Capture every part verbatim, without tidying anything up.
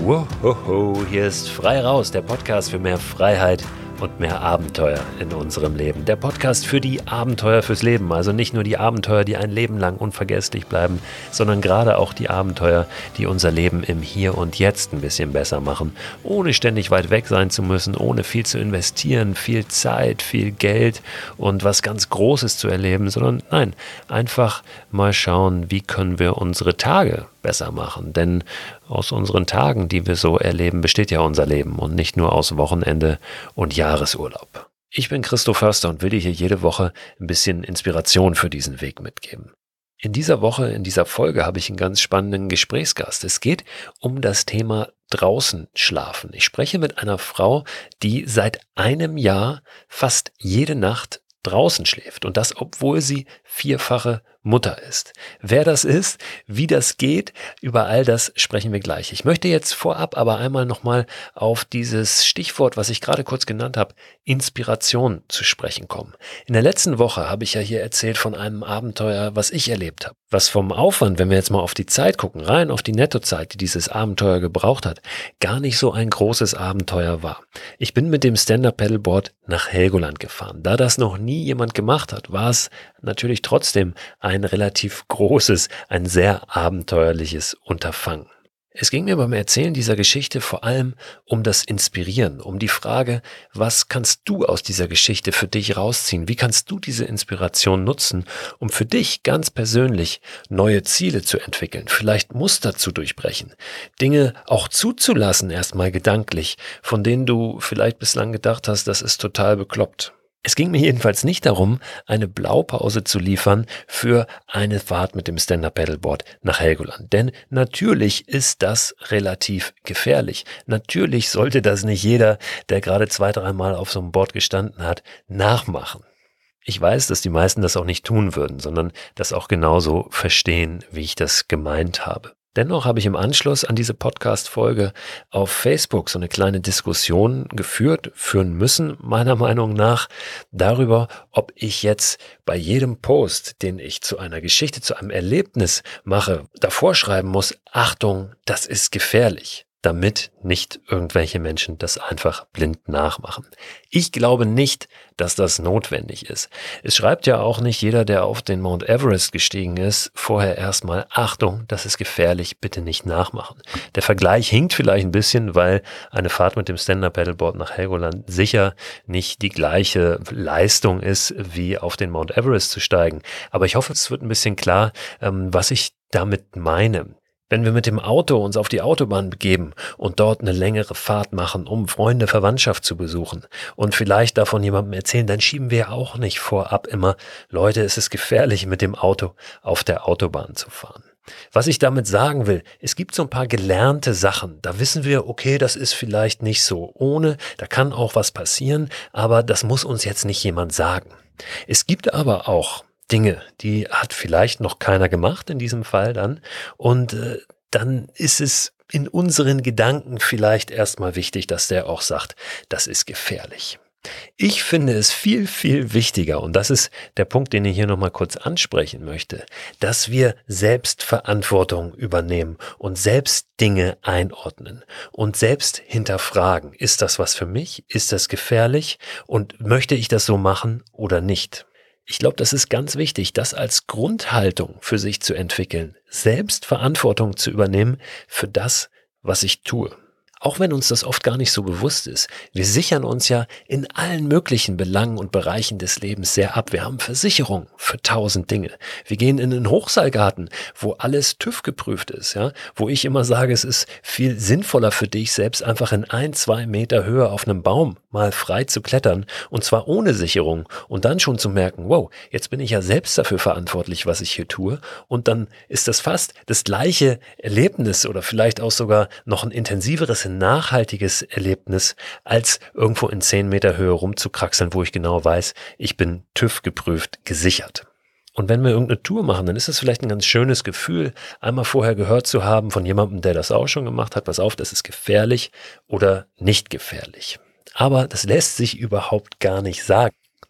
Wohoho, hier ist Frei Raus, der Podcast für mehr Freiheit und mehr Abenteuer in unserem Leben. Der Podcast für die Abenteuer fürs Leben, also nicht nur die Abenteuer, die ein Leben lang unvergesslich bleiben, sondern gerade auch die Abenteuer, die unser Leben im Hier und Jetzt ein bisschen besser machen, ohne ständig weit weg sein zu müssen, ohne viel zu investieren, viel Zeit, viel Geld und was ganz Großes zu erleben, sondern nein, einfach mal schauen, wie können wir unsere Tage besser machen, denn aus unseren Tagen, die wir so erleben, besteht ja unser Leben und nicht nur aus Wochenende und Jahresurlaub. Ich bin Christo Förster und will dir hier jede Woche ein bisschen Inspiration für diesen Weg mitgeben. In dieser Woche, in dieser Folge habe ich einen ganz spannenden Gesprächsgast. Es geht um das Thema draußen schlafen. Ich spreche mit einer Frau, die seit einem Jahr fast jede Nacht draußen schläft und das, obwohl sie vierfache Mutter ist. Wer das ist, wie das geht, über all das sprechen wir gleich. Ich möchte jetzt vorab aber einmal nochmal auf dieses Stichwort, was ich gerade kurz genannt habe, Inspiration zu sprechen kommen. In der letzten Woche habe ich ja hier erzählt von einem Abenteuer, was ich erlebt habe. Was vom Aufwand, wenn wir jetzt mal auf die Zeit gucken, rein auf die Nettozeit, die dieses Abenteuer gebraucht hat, gar nicht so ein großes Abenteuer war. Ich bin mit dem Stand-Up-Paddleboard nach Helgoland gefahren. Da das noch nie jemand gemacht hat, war es natürlich trotzdem ein relativ großes, ein sehr abenteuerliches Unterfangen. Es ging mir beim Erzählen dieser Geschichte vor allem um das Inspirieren, um die Frage, was kannst du aus dieser Geschichte für dich rausziehen? Wie kannst du diese Inspiration nutzen, um für dich ganz persönlich neue Ziele zu entwickeln, vielleicht Muster zu durchbrechen, Dinge auch zuzulassen, erstmal gedanklich, von denen du vielleicht bislang gedacht hast, das ist total bekloppt. Es ging mir jedenfalls nicht darum, eine Blaupause zu liefern für eine Fahrt mit dem Stand-Up-Paddleboard nach Helgoland. Denn natürlich ist das relativ gefährlich. Natürlich sollte das nicht jeder, der gerade zwei, dreimal auf so einem Board gestanden hat, nachmachen. Ich weiß, dass die meisten das auch nicht tun würden, sondern das auch genauso verstehen, wie ich das gemeint habe. Dennoch habe ich im Anschluss an diese Podcast-Folge auf Facebook so eine kleine Diskussion geführt, führen müssen, meiner Meinung nach, darüber, ob ich jetzt bei jedem Post, den ich zu einer Geschichte, zu einem Erlebnis mache, davor schreiben muss, Achtung, das ist gefährlich, damit nicht irgendwelche Menschen das einfach blind nachmachen. Ich glaube nicht, dass das notwendig ist. Es schreibt ja auch nicht jeder, der auf den Mount Everest gestiegen ist, vorher erstmal, Achtung, das ist gefährlich, bitte nicht nachmachen. Der Vergleich hinkt vielleicht ein bisschen, weil eine Fahrt mit dem Stand-Up-Paddleboard nach Helgoland sicher nicht die gleiche Leistung ist, wie auf den Mount Everest zu steigen. Aber ich hoffe, es wird ein bisschen klar, was ich damit meine. Wenn wir mit dem Auto uns auf die Autobahn begeben und dort eine längere Fahrt machen, um Freunde, Verwandtschaft zu besuchen und vielleicht davon jemandem erzählen, dann schieben wir auch nicht vorab immer, Leute, es ist gefährlich, mit dem Auto auf der Autobahn zu fahren. Was ich damit sagen will, es gibt so ein paar gelernte Sachen, da wissen wir, okay, das ist vielleicht nicht so ohne, da kann auch was passieren, aber das muss uns jetzt nicht jemand sagen. Es gibt aber auch Dinge, die hat vielleicht noch keiner gemacht in diesem Fall dann und äh, dann ist es in unseren Gedanken vielleicht erstmal wichtig, dass der auch sagt, das ist gefährlich. Ich finde es viel, viel wichtiger, und das ist der Punkt, den ich hier nochmal kurz ansprechen möchte, dass wir selbst Verantwortung übernehmen und selbst Dinge einordnen und selbst hinterfragen, ist das was für mich, ist das gefährlich und möchte ich das so machen oder nicht? Ich glaube, das ist ganz wichtig, das als Grundhaltung für sich zu entwickeln, selbst Verantwortung zu übernehmen für das, was ich tue. Auch wenn uns das oft gar nicht so bewusst ist. Wir sichern uns ja in allen möglichen Belangen und Bereichen des Lebens sehr ab. Wir haben Versicherung für tausend Dinge. Wir gehen in einen Hochseilgarten, wo alles TÜV geprüft ist, ja, wo ich immer sage, es ist viel sinnvoller für dich, selbst einfach in ein, zwei Meter Höhe auf einem Baum mal frei zu klettern und zwar ohne Sicherung und dann schon zu merken, wow, jetzt bin ich ja selbst dafür verantwortlich, was ich hier tue und dann ist das fast das gleiche Erlebnis oder vielleicht auch sogar noch ein intensiveres, ein nachhaltiges Erlebnis, als irgendwo in zehn Meter Höhe rumzukraxeln, wo ich genau weiß, ich bin TÜV geprüft, gesichert. Und wenn wir irgendeine Tour machen, dann ist es vielleicht ein ganz schönes Gefühl, einmal vorher gehört zu haben von jemandem, der das auch schon gemacht hat, pass auf, das ist gefährlich oder nicht gefährlich. Aber das lässt sich überhaupt gar nicht sagen.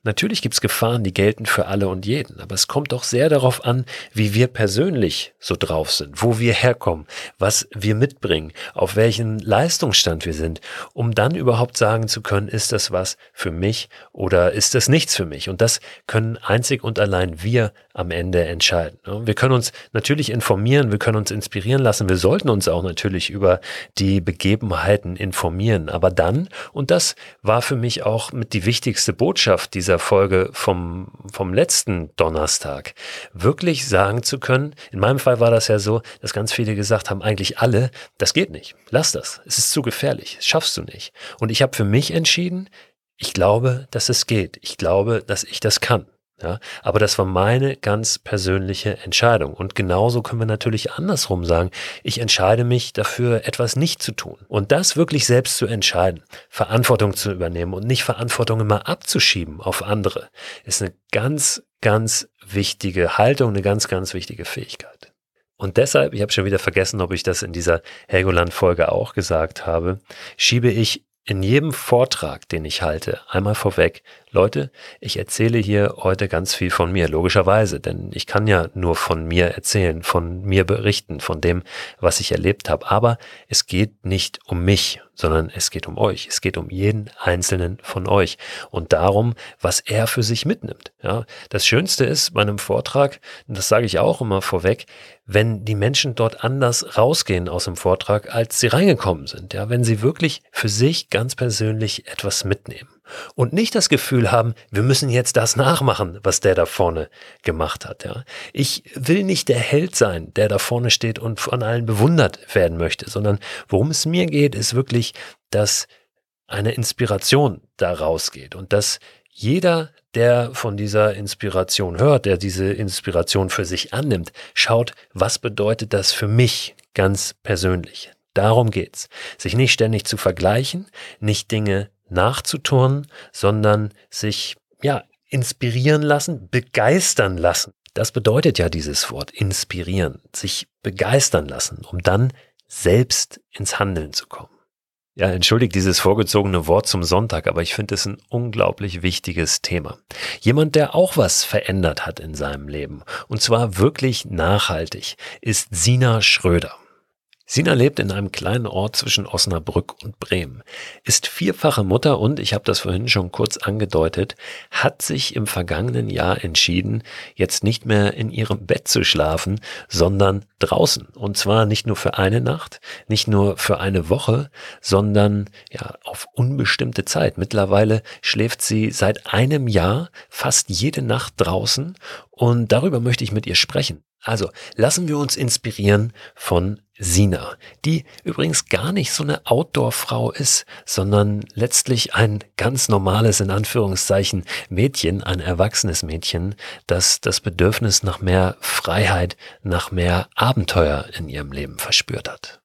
Natürlich gibt es Gefahren, die gelten für alle und jeden, aber es kommt doch sehr darauf an, wie wir persönlich so drauf sind, wo wir herkommen, was wir mitbringen, auf welchen Leistungsstand wir sind, um dann überhaupt sagen zu können, ist das was für mich oder ist das nichts für mich? Und das können einzig und allein wir am Ende entscheiden. Wir können uns natürlich informieren, wir können uns inspirieren lassen, wir sollten uns auch natürlich über die Begebenheiten informieren, aber dann, und das war für mich auch mit die wichtigste Botschaft dieser Folge vom, vom letzten Donnerstag, wirklich sagen zu können, in meinem Fall war das ja so, dass ganz viele gesagt haben, eigentlich alle, das geht nicht, lass das, es ist zu gefährlich, das schaffst du nicht. Und ich habe für mich entschieden, ich glaube, dass es geht, ich glaube, dass ich das kann. Ja, aber das war meine ganz persönliche Entscheidung. Und genauso können wir natürlich andersrum sagen, ich entscheide mich dafür, etwas nicht zu tun. Und das wirklich selbst zu entscheiden, Verantwortung zu übernehmen und nicht Verantwortung immer abzuschieben auf andere, ist eine ganz, ganz wichtige Haltung, eine ganz, ganz wichtige Fähigkeit. Und deshalb, ich habe schon wieder vergessen, ob ich das in dieser Helgoland-Folge auch gesagt habe, schiebe ich in jedem Vortrag, den ich halte, einmal vorweg, Leute, ich erzähle hier heute ganz viel von mir, logischerweise, denn ich kann ja nur von mir erzählen, von mir berichten, von dem, was ich erlebt habe. Aber es geht nicht um mich, sondern es geht um euch. Es geht um jeden Einzelnen von euch und darum, was er für sich mitnimmt. Ja, das Schönste ist bei einem Vortrag, und das sage ich auch immer vorweg, wenn die Menschen dort anders rausgehen aus dem Vortrag, als sie reingekommen sind. Ja, wenn sie wirklich für sich ganz persönlich etwas mitnehmen. Und nicht das Gefühl haben, wir müssen jetzt das nachmachen, was der da vorne gemacht hat. Ja. Ich will nicht der Held sein, der da vorne steht und von allen bewundert werden möchte, sondern worum es mir geht, ist wirklich, dass eine Inspiration da rausgeht und dass jeder, der von dieser Inspiration hört, der diese Inspiration für sich annimmt, schaut, was bedeutet das für mich ganz persönlich. Darum geht's. Sich nicht ständig zu vergleichen, nicht Dinge nachzuturnen, sondern sich, ja, inspirieren lassen, begeistern lassen. Das bedeutet ja dieses Wort, inspirieren, sich begeistern lassen, um dann selbst ins Handeln zu kommen. Ja, entschuldigt dieses vorgezogene Wort zum Sonntag, aber ich finde es ein unglaublich wichtiges Thema. Jemand, der auch was verändert hat in seinem Leben, und zwar wirklich nachhaltig, ist Sina Schröder. Sina lebt in einem kleinen Ort zwischen Osnabrück und Bremen, ist vierfache Mutter und, ich habe das vorhin schon kurz angedeutet, hat sich im vergangenen Jahr entschieden, jetzt nicht mehr in ihrem Bett zu schlafen, sondern draußen. Und zwar nicht nur für eine Nacht, nicht nur für eine Woche, sondern ja auf unbestimmte Zeit. Mittlerweile schläft sie seit einem Jahr fast jede Nacht draußen und darüber möchte ich mit ihr sprechen. Also lassen wir uns inspirieren von Sina, die übrigens gar nicht so eine Outdoor-Frau ist, sondern letztlich ein ganz normales, in Anführungszeichen, Mädchen, ein erwachsenes Mädchen, das das Bedürfnis nach mehr Freiheit, nach mehr Abenteuer in ihrem Leben verspürt hat.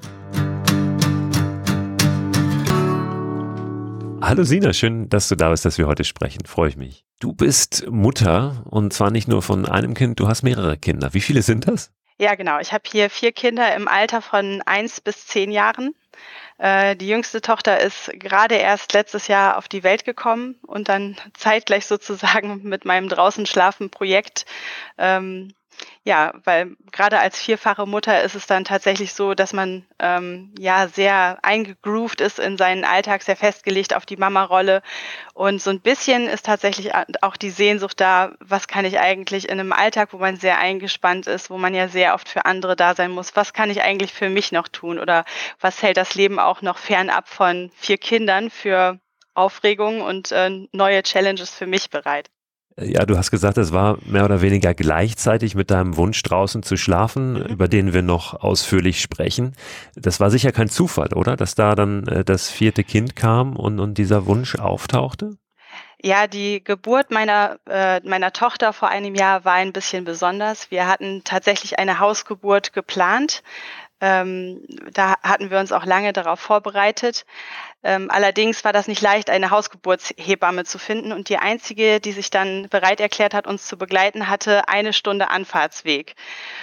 Hallo Sina, schön, dass du da bist, dass wir heute sprechen. Freue ich mich. Du bist Mutter und zwar nicht nur von einem Kind, du hast mehrere Kinder. Wie viele sind das? Ja, genau. Ich habe hier vier Kinder im Alter von eins bis zehn Jahren. Äh, die jüngste Tochter ist gerade erst letztes Jahr auf die Welt gekommen und dann zeitgleich sozusagen mit meinem Draußen-Schlafen-Projekt. Ähm, ja, weil gerade als vierfache Mutter ist es dann tatsächlich so, dass man ähm, ja sehr eingegroovt ist in seinen Alltag, sehr festgelegt auf die Mama-Rolle. Und so ein bisschen ist tatsächlich auch die Sehnsucht da, was kann ich eigentlich in einem Alltag, wo man sehr eingespannt ist, wo man ja sehr oft für andere da sein muss, was kann ich eigentlich für mich noch tun oder was hält das Leben auch noch fernab von vier Kindern für Aufregung und äh, neue Challenges für mich bereit. Ja, du hast gesagt, es war mehr oder weniger gleichzeitig mit deinem Wunsch draußen zu schlafen, mhm. über den wir noch ausführlich sprechen. Das war sicher kein Zufall, oder? Dass da dann äh, das vierte Kind kam und, und dieser Wunsch auftauchte? Ja, die Geburt meiner, äh, meiner Tochter vor einem Jahr war ein bisschen besonders. Wir hatten tatsächlich eine Hausgeburt geplant. Ähm, da hatten wir uns auch lange darauf vorbereitet. Ähm, allerdings war das nicht leicht, eine Hausgeburtshebamme zu finden. Und die einzige, die sich dann bereit erklärt hat, uns zu begleiten, hatte eine Stunde Anfahrtsweg.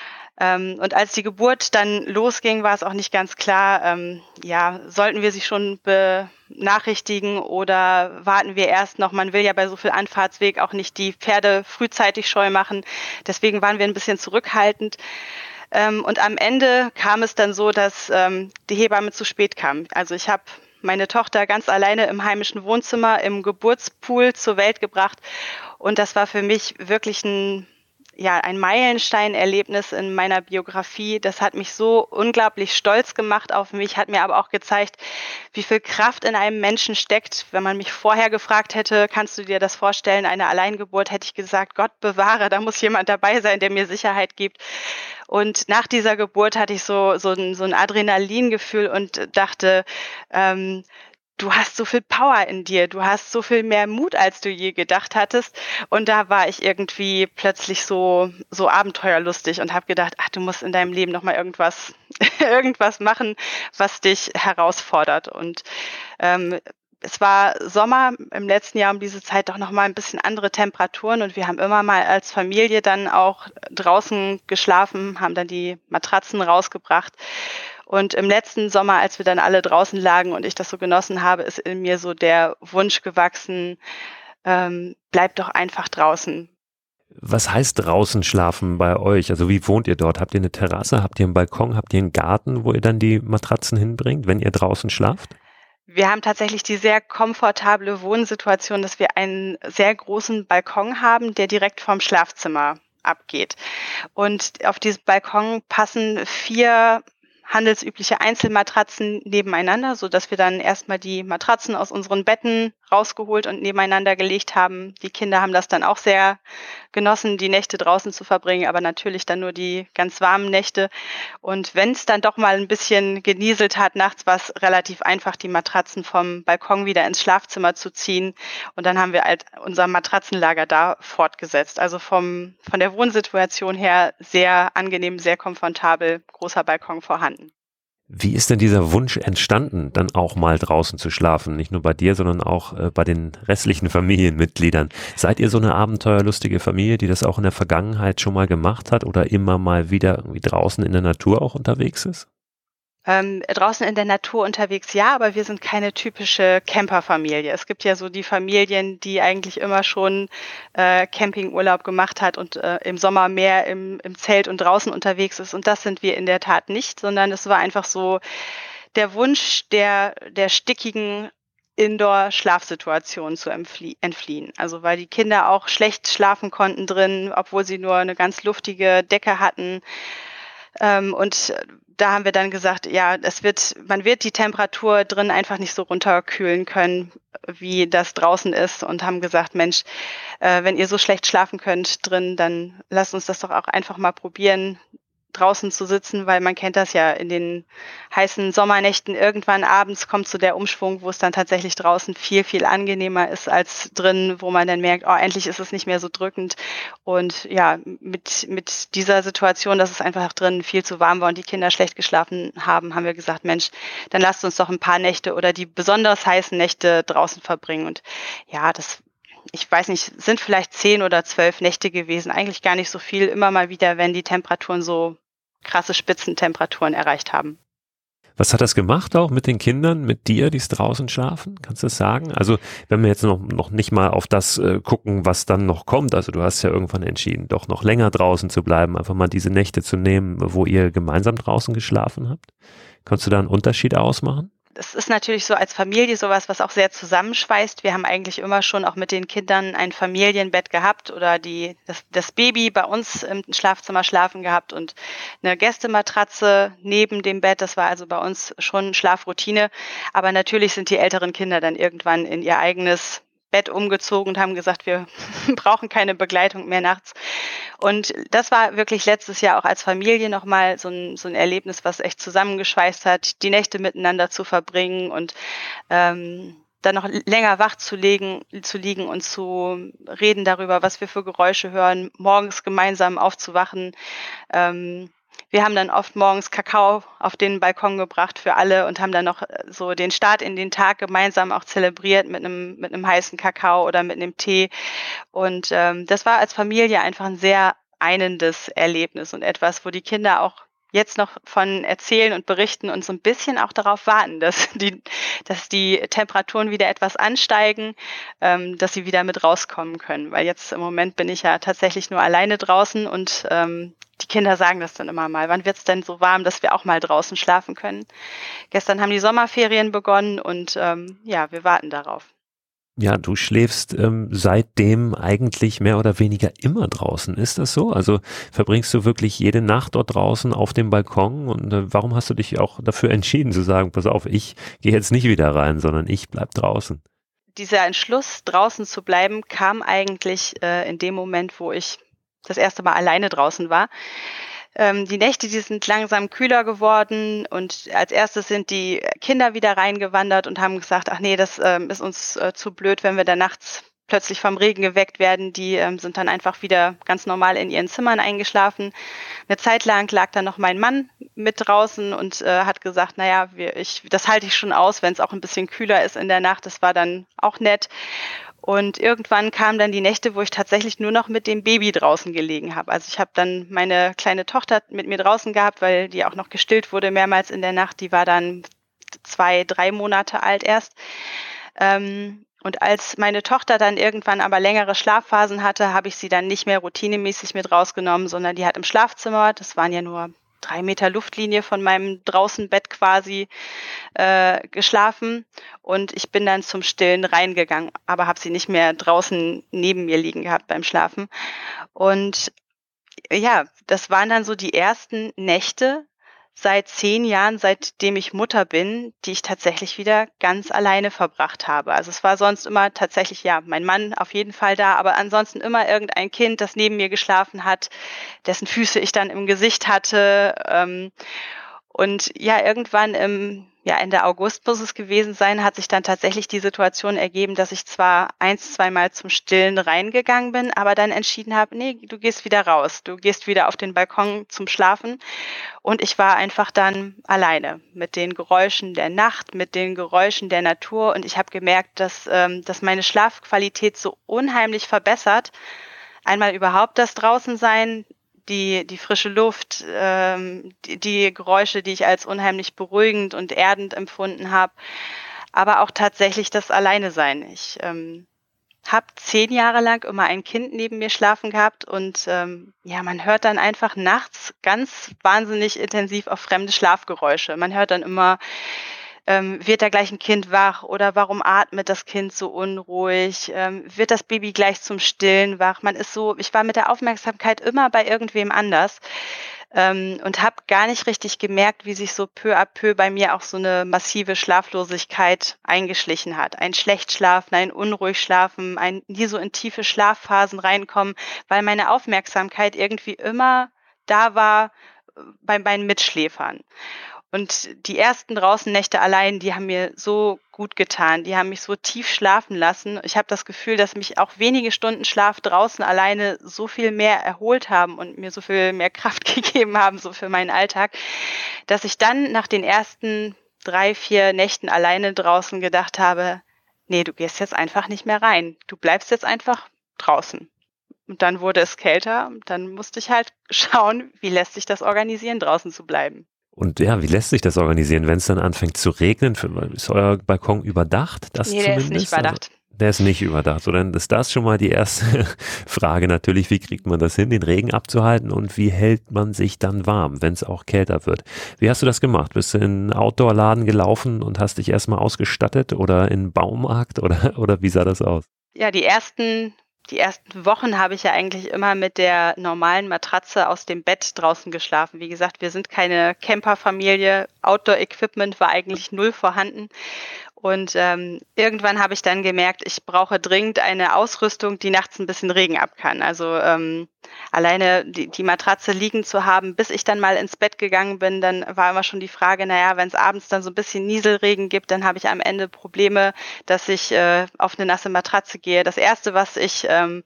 Ähm, und als die Geburt dann losging, war es auch nicht ganz klar, ähm, ja, sollten wir sie schon benachrichtigen oder warten wir erst noch? Man will ja bei so viel Anfahrtsweg auch nicht die Pferde frühzeitig scheu machen. Deswegen waren wir ein bisschen zurückhaltend. Ähm, und am Ende kam es dann so, dass ähm, die Hebamme zu spät kam. Also ich habe meine Tochter ganz alleine im heimischen Wohnzimmer im Geburtspool zur Welt gebracht. Und das war für mich wirklich ein, ja, ein Meilenstein-Erlebnis in meiner Biografie. Das hat mich so unglaublich stolz gemacht auf mich, hat mir aber auch gezeigt, wie viel Kraft in einem Menschen steckt. Wenn man mich vorher gefragt hätte, kannst du dir das vorstellen, eine Alleingeburt, hätte ich gesagt, Gott bewahre, da muss jemand dabei sein, der mir Sicherheit gibt. Und nach dieser Geburt hatte ich so, so ein, so ein Adrenalingefühl und dachte, ähm, du hast so viel Power in dir, du hast so viel mehr Mut, als du je gedacht hattest. Und da war ich irgendwie plötzlich so, so abenteuerlustig und habe gedacht, ach, du musst in deinem Leben nochmal irgendwas, irgendwas machen, was dich herausfordert. Und ähm, es war Sommer im letzten Jahr um diese Zeit doch noch mal ein bisschen andere Temperaturen und wir haben immer mal als Familie dann auch draußen geschlafen, haben dann die Matratzen rausgebracht. Und im letzten Sommer, als wir dann alle draußen lagen und ich das so genossen habe, ist in mir so der Wunsch gewachsen, ähm, bleib doch einfach draußen. Was heißt draußen schlafen bei euch? Also wie wohnt ihr dort? Habt ihr eine Terrasse? Habt ihr einen Balkon? Habt ihr einen Garten, wo ihr dann die Matratzen hinbringt, wenn ihr draußen schlaft? Wir haben tatsächlich die sehr komfortable Wohnsituation, dass wir einen sehr großen Balkon haben, der direkt vom Schlafzimmer abgeht. Und auf diesem Balkon passen vier handelsübliche Einzelmatratzen nebeneinander, so dass wir dann erstmal die Matratzen aus unseren Betten rausgeholt und nebeneinander gelegt haben. Die Kinder haben das dann auch sehr genossen, die Nächte draußen zu verbringen, aber natürlich dann nur die ganz warmen Nächte. Und wenn es dann doch mal ein bisschen genieselt hat, nachts war es relativ einfach, die Matratzen vom Balkon wieder ins Schlafzimmer zu ziehen. Und dann haben wir halt unser Matratzenlager da fortgesetzt. Also vom, von der Wohnsituation her sehr angenehm, sehr komfortabel, großer Balkon vorhanden. Wie ist denn dieser Wunsch entstanden, dann auch mal draußen zu schlafen? Nicht nur bei dir, sondern auch äh, bei den restlichen Familienmitgliedern. Seid ihr so eine abenteuerlustige Familie, die das auch in der Vergangenheit schon mal gemacht hat oder immer mal wieder irgendwie draußen in der Natur auch unterwegs ist? Ähm, draußen in der Natur unterwegs, ja, aber wir sind keine typische Camperfamilie. Es gibt ja so die Familien, die eigentlich immer schon äh, Campingurlaub gemacht hat und äh, im Sommer mehr im, im Zelt und draußen unterwegs ist. Und das sind wir in der Tat nicht, sondern es war einfach so der Wunsch der, der stickigen Indoor-Schlafsituation zu entfliehen. Also weil die Kinder auch schlecht schlafen konnten drin, obwohl sie nur eine ganz luftige Decke hatten. Ähm, und da haben wir dann gesagt, ja, es wird, man wird die Temperatur drin einfach nicht so runterkühlen können, wie das draußen ist und haben gesagt, Mensch, äh, wenn ihr so schlecht schlafen könnt drin, dann lasst uns das doch auch einfach mal probieren, draußen zu sitzen, weil man kennt das ja in den heißen Sommernächten. Irgendwann abends kommt so der Umschwung, wo es dann tatsächlich draußen viel, viel angenehmer ist als drin, wo man dann merkt, oh, endlich ist es nicht mehr so drückend. Und ja, mit, mit dieser Situation, dass es einfach drin viel zu warm war und die Kinder schlecht geschlafen haben, haben wir gesagt, Mensch, dann lasst uns doch ein paar Nächte oder die besonders heißen Nächte draußen verbringen. Und ja, das ich weiß nicht, sind vielleicht zehn oder zwölf Nächte gewesen, eigentlich gar nicht so viel, immer mal wieder, wenn die Temperaturen so krasse Spitzentemperaturen erreicht haben. Was hat das gemacht auch mit den Kindern, mit dir, die es draußen schlafen? Kannst du das sagen? Also wenn wir jetzt noch, noch nicht mal auf das äh, gucken, was dann noch kommt, also du hast ja irgendwann entschieden, doch noch länger draußen zu bleiben, einfach mal diese Nächte zu nehmen, wo ihr gemeinsam draußen geschlafen habt. Konntest du da einen Unterschied ausmachen? Das ist natürlich so als Familie sowas, was auch sehr zusammenschweißt. Wir haben eigentlich immer schon auch mit den Kindern ein Familienbett gehabt oder die, das, das Baby bei uns im Schlafzimmer schlafen gehabt und eine Gästematratze neben dem Bett. Das war also bei uns schon Schlafroutine. Aber natürlich sind die älteren Kinder dann irgendwann in ihr eigenes Bett umgezogen und haben gesagt, wir brauchen keine Begleitung mehr nachts. Und das war wirklich letztes Jahr auch als Familie nochmal so ein, so ein Erlebnis, was echt zusammengeschweißt hat, die Nächte miteinander zu verbringen und ähm, dann noch länger wach zu, legen, zu liegen und zu reden darüber, was wir für Geräusche hören, morgens gemeinsam aufzuwachen. Ähm, Wir haben dann oft morgens Kakao auf den Balkon gebracht für alle und haben dann noch so den Start in den Tag gemeinsam auch zelebriert mit einem mit einem heißen Kakao oder mit einem Tee. Und ähm, das war als Familie einfach ein sehr einendes Erlebnis und etwas, wo die Kinder auch jetzt noch von erzählen und berichten und so ein bisschen auch darauf warten, dass die, dass die Temperaturen wieder etwas ansteigen, ähm, dass sie wieder mit rauskommen können. Weil jetzt im Moment bin ich ja tatsächlich nur alleine draußen und ähm, die Kinder sagen das dann immer mal. Wann wird's denn so warm, dass wir auch mal draußen schlafen können? Gestern haben die Sommerferien begonnen und ähm, ja, wir warten darauf. Ja, du schläfst ähm, seitdem eigentlich mehr oder weniger immer draußen. Ist das so? Also verbringst du wirklich jede Nacht dort draußen auf dem Balkon? Und äh, warum hast du dich auch dafür entschieden zu sagen, pass auf, ich gehe jetzt nicht wieder rein, sondern ich bleib draußen? Dieser Entschluss, draußen zu bleiben, kam eigentlich äh, in dem Moment, wo ich das erste Mal alleine draußen war. Ähm, die Nächte, die sind langsam kühler geworden und als erstes sind die Kinder wieder reingewandert und haben gesagt, ach nee, das ähm, ist uns äh, zu blöd, wenn wir da nachts plötzlich vom Regen geweckt werden. Die ähm, sind dann einfach wieder ganz normal in ihren Zimmern eingeschlafen. Eine Zeit lang lag dann noch mein Mann mit draußen und äh, hat gesagt, naja, wir, ich, das halte ich schon aus, wenn es auch ein bisschen kühler ist in der Nacht. Das war dann auch nett. Und irgendwann kamen dann die Nächte, wo ich tatsächlich nur noch mit dem Baby draußen gelegen habe. Also ich habe dann meine kleine Tochter mit mir draußen gehabt, weil die auch noch gestillt wurde mehrmals in der Nacht. Die war dann zwei, drei Monate alt erst. Ähm, und als meine Tochter dann irgendwann aber längere Schlafphasen hatte, habe ich sie dann nicht mehr routinemäßig mit rausgenommen, sondern die hat im Schlafzimmer, das waren ja nur drei Meter Luftlinie von meinem Draußenbett quasi, äh, geschlafen und ich bin dann zum Stillen reingegangen, aber habe sie nicht mehr draußen neben mir liegen gehabt beim Schlafen. Und ja, das waren dann so die ersten Nächte seit zehn Jahren, seitdem ich Mutter bin, die ich tatsächlich wieder ganz alleine verbracht habe. Also es war sonst immer tatsächlich, ja, mein Mann auf jeden Fall da, aber ansonsten immer irgendein Kind, das neben mir geschlafen hat, dessen Füße ich dann im Gesicht hatte. Ähm, und ja, irgendwann im ja, Ende August muss es gewesen sein, hat sich dann tatsächlich die Situation ergeben, dass ich zwar eins, zweimal zum Stillen reingegangen bin, aber dann entschieden habe, nee, du gehst wieder raus, du gehst wieder auf den Balkon zum Schlafen. Und ich war einfach dann alleine mit den Geräuschen der Nacht, mit den Geräuschen der Natur. Und ich habe gemerkt, dass, ähm, dass meine Schlafqualität so unheimlich verbessert. Einmal überhaupt das Draußensein, die, die frische Luft, ähm, die, die Geräusche, die ich als unheimlich beruhigend und erdend empfunden habe, aber auch tatsächlich das Alleine-Sein. Ich ähm, habe zehn Jahre lang immer ein Kind neben mir schlafen gehabt und ähm, ja, man hört dann einfach nachts ganz wahnsinnig intensiv auf fremde Schlafgeräusche. Man hört dann immer, ähm, wird da gleich ein Kind wach oder warum atmet das Kind so unruhig? Ähm, wird das Baby gleich zum Stillen wach? Man ist so, ich war mit der Aufmerksamkeit immer bei irgendwem anders ähm, und habe gar nicht richtig gemerkt, wie sich so peu à peu bei mir auch so eine massive Schlaflosigkeit eingeschlichen hat. Ein Schlechtschlafen, ein unruhig schlafen, ein nie so in tiefe Schlafphasen reinkommen, weil meine Aufmerksamkeit irgendwie immer da war äh, bei meinen Mitschläfern. Und die ersten draußen Nächte allein, die haben mir so gut getan. Die haben mich so tief schlafen lassen. Ich habe das Gefühl, dass mich auch wenige Stunden Schlaf draußen alleine so viel mehr erholt haben und mir so viel mehr Kraft gegeben haben, so für meinen Alltag, dass ich dann nach den ersten drei, vier Nächten alleine draußen gedacht habe, nee, du gehst jetzt einfach nicht mehr rein. Du bleibst jetzt einfach draußen. Und dann wurde es kälter und dann musste ich halt schauen, wie lässt sich das organisieren, draußen zu bleiben. Und ja, wie lässt sich das organisieren, wenn es dann anfängt zu regnen? Ist euer Balkon überdacht? Das Nee, der ist zumindest? nicht überdacht. Also, der ist nicht überdacht. So, dann ist das schon mal die erste Frage natürlich. Wie kriegt man das hin, den Regen abzuhalten und wie hält man sich dann warm, wenn es auch kälter wird? Wie hast du das gemacht? Bist du in einen Outdoor-Laden gelaufen und hast dich erstmal ausgestattet oder in einen Baumarkt oder, oder wie sah das aus? Ja, die ersten Die ersten Wochen habe ich ja eigentlich immer mit der normalen Matratze aus dem Bett draußen geschlafen. Wie gesagt, wir sind keine Camperfamilie. Outdoor-Equipment war eigentlich null vorhanden. Und ähm, irgendwann habe ich dann gemerkt, ich brauche dringend eine Ausrüstung, die nachts ein bisschen Regen ab kann. Also ähm, alleine die, die Matratze liegen zu haben, bis ich dann mal ins Bett gegangen bin, dann war immer schon die Frage, naja, wenn es abends dann so ein bisschen Nieselregen gibt, dann habe ich am Ende Probleme, dass ich äh, auf eine nasse Matratze gehe. Das Erste, was ich ähm,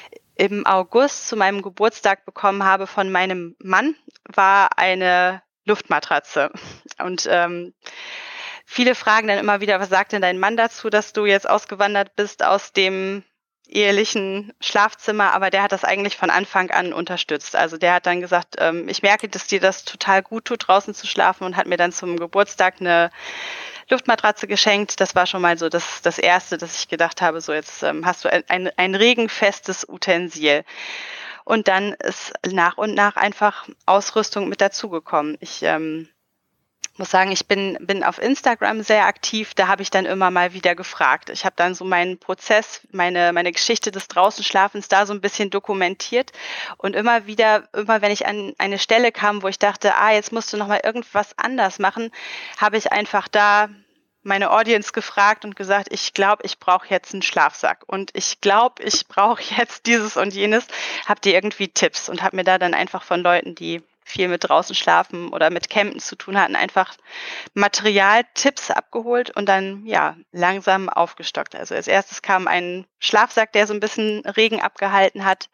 im August zu meinem Geburtstag bekommen habe von meinem Mann, war eine Luftmatratze. Und ähm, viele fragen dann immer wieder, was sagt denn dein Mann dazu, dass du jetzt ausgewandert bist aus dem ehelichen Schlafzimmer, aber der hat das eigentlich von Anfang an unterstützt. Also der hat dann gesagt, ähm, ich merke, dass dir das total gut tut, draußen zu schlafen, und hat mir dann zum Geburtstag eine Luftmatratze geschenkt. Das war schon mal so das, das Erste, dass ich gedacht habe, so jetzt ähm, hast du ein, ein, ein regenfestes Utensil. Und dann ist nach und nach einfach Ausrüstung mit dazugekommen. Ich ähm, muss sagen, ich bin, bin auf Instagram sehr aktiv. Da habe ich dann immer mal wieder gefragt. Ich habe dann so meinen Prozess, meine, meine Geschichte des Draußenschlafens da so ein bisschen dokumentiert. Und immer wieder, immer wenn ich an eine Stelle kam, wo ich dachte, ah, jetzt musst du noch mal irgendwas anders machen, habe ich einfach da meine Audience gefragt und gesagt, ich glaube, ich brauche jetzt einen Schlafsack und ich glaube, ich brauche jetzt dieses und jenes. Habt ihr irgendwie Tipps? Und habe mir da dann einfach von Leuten, die viel mit draußen schlafen oder mit Campen zu tun hatten, einfach Materialtipps abgeholt und dann ja langsam aufgestockt. Also als erstes kam ein Schlafsack, der so ein bisschen Regen abgehalten hat.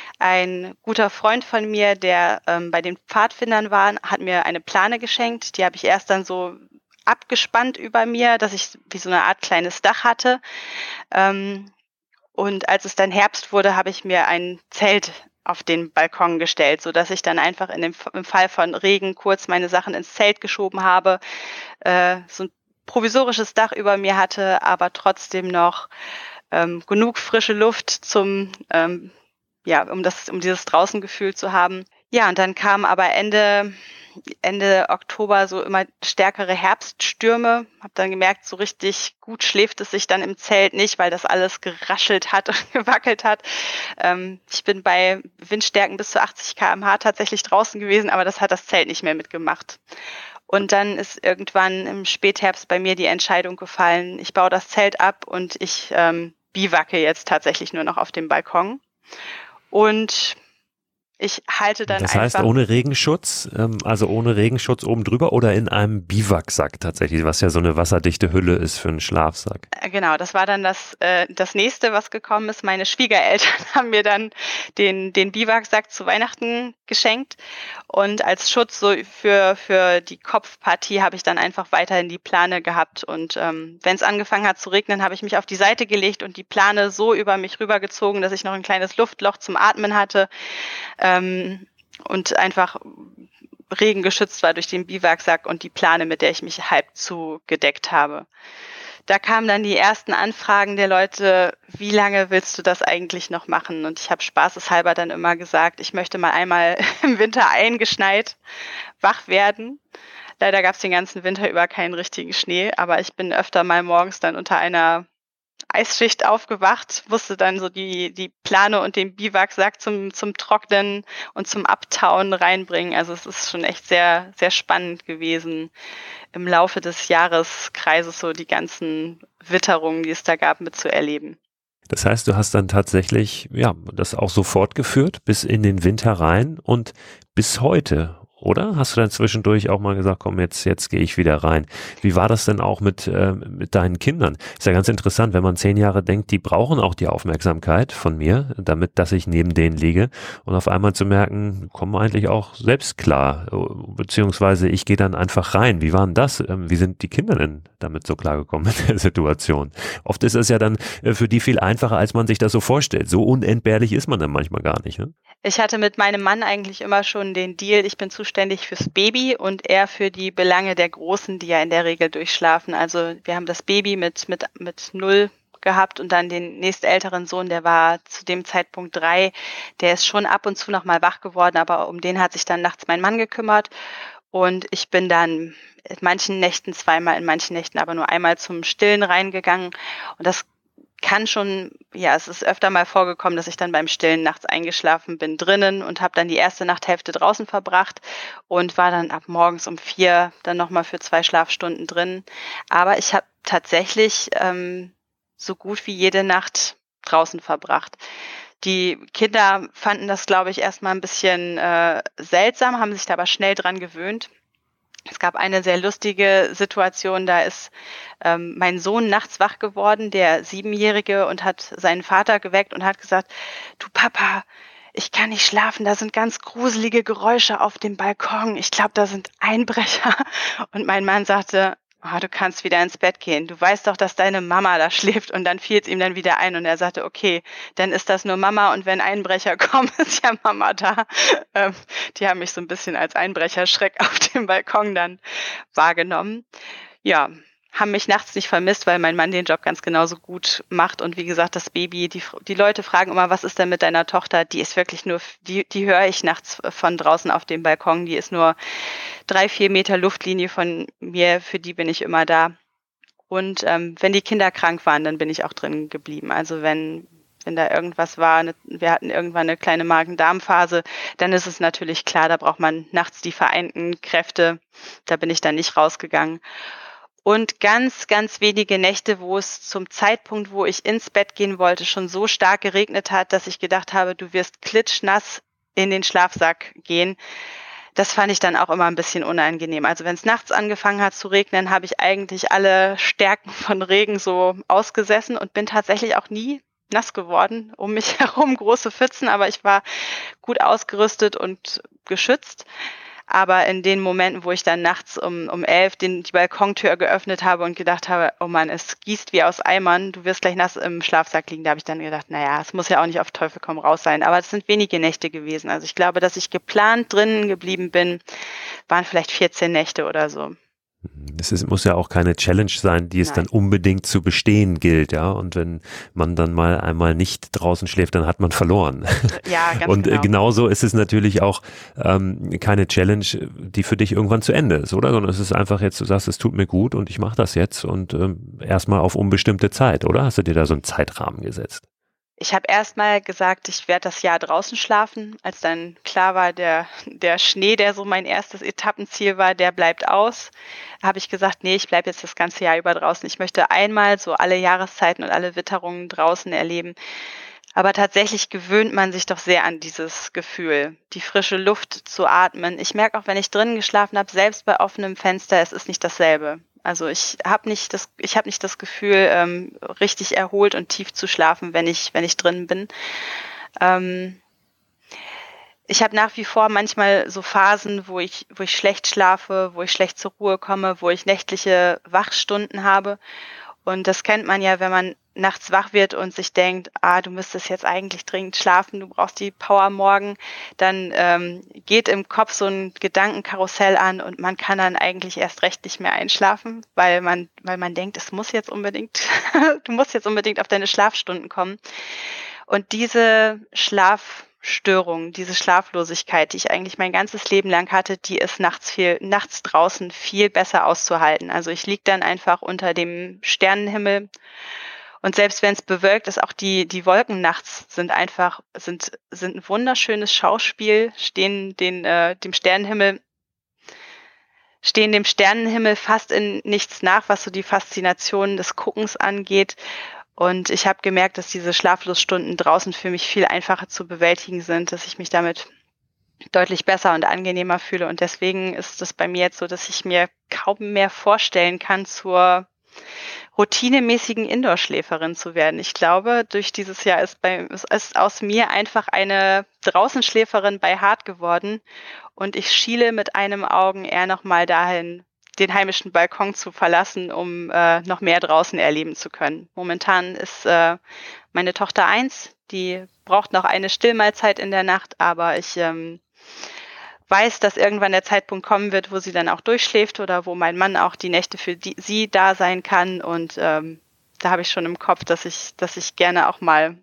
Ein guter Freund von mir, der ähm, bei den Pfadfindern war, hat mir eine Plane geschenkt. Die habe ich erst dann so abgespannt über mir, dass ich wie so eine Art kleines Dach hatte. Ähm, und als es dann Herbst wurde, habe ich mir ein Zelt auf den Balkon gestellt, so dass ich dann einfach in dem, im Fall von Regen kurz meine Sachen ins Zelt geschoben habe, äh, so ein provisorisches Dach über mir hatte, aber trotzdem noch ähm, genug frische Luft zum, ähm, ja, um das, um dieses Draußengefühl zu haben. Ja, und dann kam aber Ende Ende Oktober so immer stärkere Herbststürme. Habe dann gemerkt, so richtig gut schläft es sich dann im Zelt nicht, weil das alles geraschelt hat und gewackelt hat. Ähm, ich bin bei Windstärken bis zu achtzig Kilometer pro Stunde tatsächlich draußen gewesen, aber das hat das Zelt nicht mehr mitgemacht. Und dann ist irgendwann im Spätherbst bei mir die Entscheidung gefallen, ich baue das Zelt ab und ich ähm, biwacke jetzt tatsächlich nur noch auf dem Balkon. Und ich halte dann Das einfach... heißt, ohne Regenschutz, ähm, also ohne Regenschutz oben drüber oder in einem Biwaksack tatsächlich, was ja so eine wasserdichte Hülle ist für einen Schlafsack. Genau, das war dann das, äh, das nächste, was gekommen ist. Meine Schwiegereltern haben mir dann den, den Biwaksack zu Weihnachten geschenkt. Und als Schutz so für, für die Kopfpartie habe ich dann einfach weiterhin die Plane gehabt. Und ähm, wenn es angefangen hat zu regnen, habe ich mich auf die Seite gelegt und die Plane so über mich rübergezogen, dass ich noch ein kleines Luftloch zum Atmen hatte. Ähm, und einfach regengeschützt war durch den Biwaksack und die Plane, mit der ich mich halb zugedeckt habe. Da kamen dann die ersten Anfragen der Leute, wie lange willst du das eigentlich noch machen? Und ich habe spaßeshalber dann immer gesagt, ich möchte mal einmal im Winter eingeschneit wach werden. Leider gab es den ganzen Winter über keinen richtigen Schnee, aber ich bin öfter mal morgens dann unter einer Eisschicht aufgewacht, musste dann so die, die Plane und den Biwaksack zum, zum Trocknen und zum Abtauen reinbringen. Also es ist schon echt sehr, sehr spannend gewesen, im Laufe des Jahreskreises so die ganzen Witterungen, die es da gab, mitzuerleben. Das heißt, du hast dann tatsächlich, ja, das auch so fortgeführt bis in den Winter rein und bis heute. Oder? Hast du dann zwischendurch auch mal gesagt, komm, jetzt, jetzt gehe ich wieder rein. Wie war das denn auch mit, äh, mit deinen Kindern? Ist ja ganz interessant, wenn man zehn Jahre denkt, die brauchen auch die Aufmerksamkeit von mir, damit, dass ich neben denen liege und auf einmal zu merken, kommen eigentlich auch selbst klar, beziehungsweise ich gehe dann einfach rein. Wie war denn das? Ähm, wie sind die Kinder denn damit so klargekommen mit der Situation? Oft ist es ja dann äh, für die viel einfacher, als man sich das so vorstellt. So unentbehrlich ist man dann manchmal gar nicht, ne? Ich hatte mit meinem Mann eigentlich immer schon den Deal, ich bin zuständig fürs Baby und er für die Belange der Großen, die ja in der Regel durchschlafen. Also wir haben das Baby mit, mit, mit null gehabt und dann den nächstälteren Sohn, der war zu dem Zeitpunkt drei. Der ist schon ab und zu noch mal wach geworden, aber um den hat sich dann nachts mein Mann gekümmert. Und ich bin dann in manchen Nächten zweimal, in manchen Nächten aber nur einmal zum Stillen reingegangen. Und das kann schon, ja, es ist öfter mal vorgekommen, dass ich dann beim Stillen nachts eingeschlafen bin drinnen und habe dann die erste Nachthälfte draußen verbracht und war dann ab morgens um vier dann nochmal für zwei Schlafstunden drin. Aber ich habe tatsächlich ähm, so gut wie jede Nacht draußen verbracht. Die Kinder fanden das, glaube ich, erstmal ein bisschen äh, seltsam, haben sich da aber schnell dran gewöhnt. Es gab eine sehr lustige Situation, da ist ähm, mein Sohn nachts wach geworden, der Siebenjährige, und hat seinen Vater geweckt und hat gesagt, du Papa, ich kann nicht schlafen, da sind ganz gruselige Geräusche auf dem Balkon, ich glaube, da sind Einbrecher. Und mein Mann sagte, ah, du kannst wieder ins Bett gehen. Du weißt doch, dass deine Mama da schläft. Und dann fiel es ihm dann wieder ein und er sagte, okay, dann ist das nur Mama und wenn Einbrecher kommen, ist ja Mama da. Ähm, die haben mich so ein bisschen als Einbrecherschreck auf dem Balkon dann wahrgenommen. Ja, haben mich nachts nicht vermisst, weil mein Mann den Job ganz genauso gut macht. Und wie gesagt, das Baby, die, die Leute fragen immer, was ist denn mit deiner Tochter? Die ist wirklich nur, die, die höre ich nachts von draußen auf dem Balkon. Die ist nur drei, vier Meter Luftlinie von mir, für die bin ich immer da. Und ähm, wenn die Kinder krank waren, dann bin ich auch drin geblieben. Also wenn wenn da irgendwas war, eine, wir hatten irgendwann eine kleine Magen-Darm-Phase, dann ist es natürlich klar, da braucht man nachts die vereinten Kräfte. Da bin ich dann nicht rausgegangen. Und ganz, ganz wenige Nächte, wo es zum Zeitpunkt, wo ich ins Bett gehen wollte, schon so stark geregnet hat, dass ich gedacht habe, du wirst klitschnass in den Schlafsack gehen. Das fand ich dann auch immer ein bisschen unangenehm. Also wenn es nachts angefangen hat zu regnen, habe ich eigentlich alle Stärken von Regen so ausgesessen und bin tatsächlich auch nie nass geworden. Um mich herum große Pfützen, aber ich war gut ausgerüstet und geschützt. Aber in den Momenten, wo ich dann nachts um, um elf den, die Balkontür geöffnet habe und gedacht habe, oh Mann, es gießt wie aus Eimern, du wirst gleich nass im Schlafsack liegen, da habe ich dann gedacht, naja, es muss ja auch nicht auf Teufel komm raus sein. Aber es sind wenige Nächte gewesen. Also ich glaube, dass ich geplant drinnen geblieben bin, waren vielleicht vierzehn Nächte oder so. Es ist, muss ja auch keine Challenge sein, die es Nein. dann unbedingt zu bestehen gilt, ja. Und wenn man dann mal einmal nicht draußen schläft, dann hat man verloren. Ja, ganz Und genau. genauso ist es natürlich auch ähm, keine Challenge, die für dich irgendwann zu Ende ist, oder? Sondern es ist einfach jetzt, du sagst, es tut mir gut und ich mache das jetzt und ähm, erstmal auf unbestimmte Zeit, oder? Hast du dir da so einen Zeitrahmen gesetzt? Ich habe erst mal gesagt, ich werde das Jahr draußen schlafen. Als dann klar war, der, der Schnee, der so mein erstes Etappenziel war, der bleibt aus, habe ich gesagt, nee, ich bleibe jetzt das ganze Jahr über draußen. Ich möchte einmal so alle Jahreszeiten und alle Witterungen draußen erleben. Aber tatsächlich gewöhnt man sich doch sehr an dieses Gefühl, die frische Luft zu atmen. Ich merke auch, wenn ich drinnen geschlafen habe, selbst bei offenem Fenster, es ist nicht dasselbe. Also ich habe nicht das, ich habe nicht das Gefühl, ähm, richtig erholt und tief zu schlafen, wenn ich, wenn ich drin bin. Ähm, ich habe nach wie vor manchmal so Phasen, wo ich, wo ich schlecht schlafe, wo ich schlecht zur Ruhe komme, wo ich nächtliche Wachstunden habe. Und das kennt man ja, wenn man nachts wach wird und sich denkt, ah, du müsstest jetzt eigentlich dringend schlafen, du brauchst die Power morgen, dann ähm, geht im Kopf so ein Gedankenkarussell an und man kann dann eigentlich erst recht nicht mehr einschlafen, weil man, weil man denkt, es muss jetzt unbedingt, du musst jetzt unbedingt auf deine Schlafstunden kommen. Und diese Schlafstörung, diese Schlaflosigkeit, die ich eigentlich mein ganzes Leben lang hatte, die ist nachts viel, nachts draußen viel besser auszuhalten. Also ich lieg dann einfach unter dem Sternenhimmel. Und selbst wenn es bewölkt ist, auch die, die Wolken nachts sind einfach, sind, sind ein wunderschönes Schauspiel, stehen den, äh, dem Sternenhimmel, stehen dem Sternenhimmel fast in nichts nach, was so die Faszination des Guckens angeht. Und ich habe gemerkt, dass diese Schlaflosstunden draußen für mich viel einfacher zu bewältigen sind, dass ich mich damit deutlich besser und angenehmer fühle. Und deswegen ist es bei mir jetzt so, dass ich mir kaum mehr vorstellen kann, zur routinemäßigen Indoor-Schläferin zu werden. Ich glaube, durch dieses Jahr ist, bei, ist aus mir einfach eine Draußenschläferin bei Hart geworden und ich schiele mit einem Augen eher nochmal dahin, den heimischen Balkon zu verlassen, um äh, noch mehr draußen erleben zu können. Momentan ist äh, meine Tochter eins, die braucht noch eine Stillmahlzeit in der Nacht, aber ich ähm, weiß, dass irgendwann der Zeitpunkt kommen wird, wo sie dann auch durchschläft oder wo mein Mann auch die Nächte für die, sie da sein kann. Und ähm, da habe ich schon im Kopf, dass ich, dass ich gerne auch mal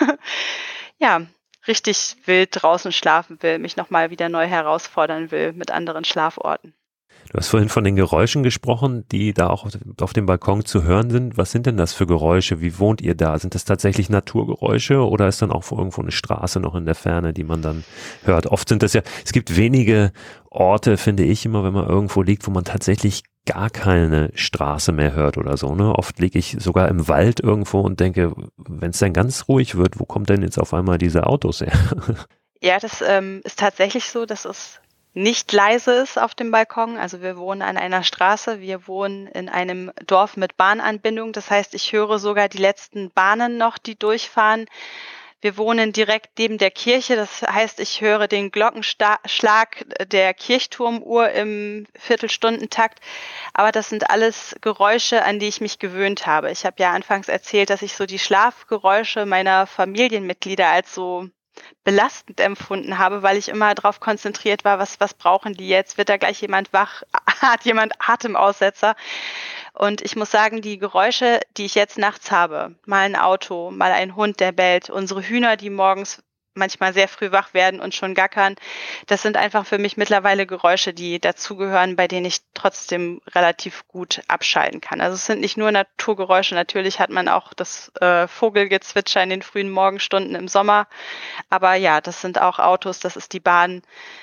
ja richtig wild draußen schlafen will, mich nochmal wieder neu herausfordern will mit anderen Schlaforten. Du hast vorhin von den Geräuschen gesprochen, die da auch auf dem Balkon zu hören sind. Was sind denn das für Geräusche? Wie wohnt ihr da? Sind das tatsächlich Naturgeräusche oder ist dann auch irgendwo eine Straße noch in der Ferne, die man dann hört? Oft sind das ja, es gibt wenige Orte, finde ich immer, wenn man irgendwo liegt, wo man tatsächlich gar keine Straße mehr hört oder so, ne? Oft liege ich sogar im Wald irgendwo und denke, wenn es dann ganz ruhig wird, wo kommt denn jetzt auf einmal diese Autos her? Ja, das ähm, ist tatsächlich so, dass es nicht leise ist auf dem Balkon. Also wir wohnen an einer Straße, wir wohnen in einem Dorf mit Bahnanbindung. Das heißt, ich höre sogar die letzten Bahnen noch, die durchfahren. Wir wohnen direkt neben der Kirche. Das heißt, ich höre den Glockenschlag der Kirchturmuhr im Viertelstundentakt. Aber das sind alles Geräusche, an die ich mich gewöhnt habe. Ich habe ja anfangs erzählt, dass ich so die Schlafgeräusche meiner Familienmitglieder als so belastend empfunden habe, weil ich immer darauf konzentriert war, was, was brauchen die jetzt? Wird da gleich jemand wach? Hat jemand Atemaussetzer? Und ich muss sagen, die Geräusche, die ich jetzt nachts habe, mal ein Auto, mal ein Hund, der bellt, unsere Hühner, die morgens manchmal sehr früh wach werden und schon gackern, das sind einfach für mich mittlerweile Geräusche, die dazugehören, bei denen ich trotzdem relativ gut abschalten kann. Also es sind nicht nur Naturgeräusche, natürlich hat man auch das äh, Vogelgezwitscher in den frühen Morgenstunden im Sommer, aber ja, das sind auch Autos, das ist die Bahn.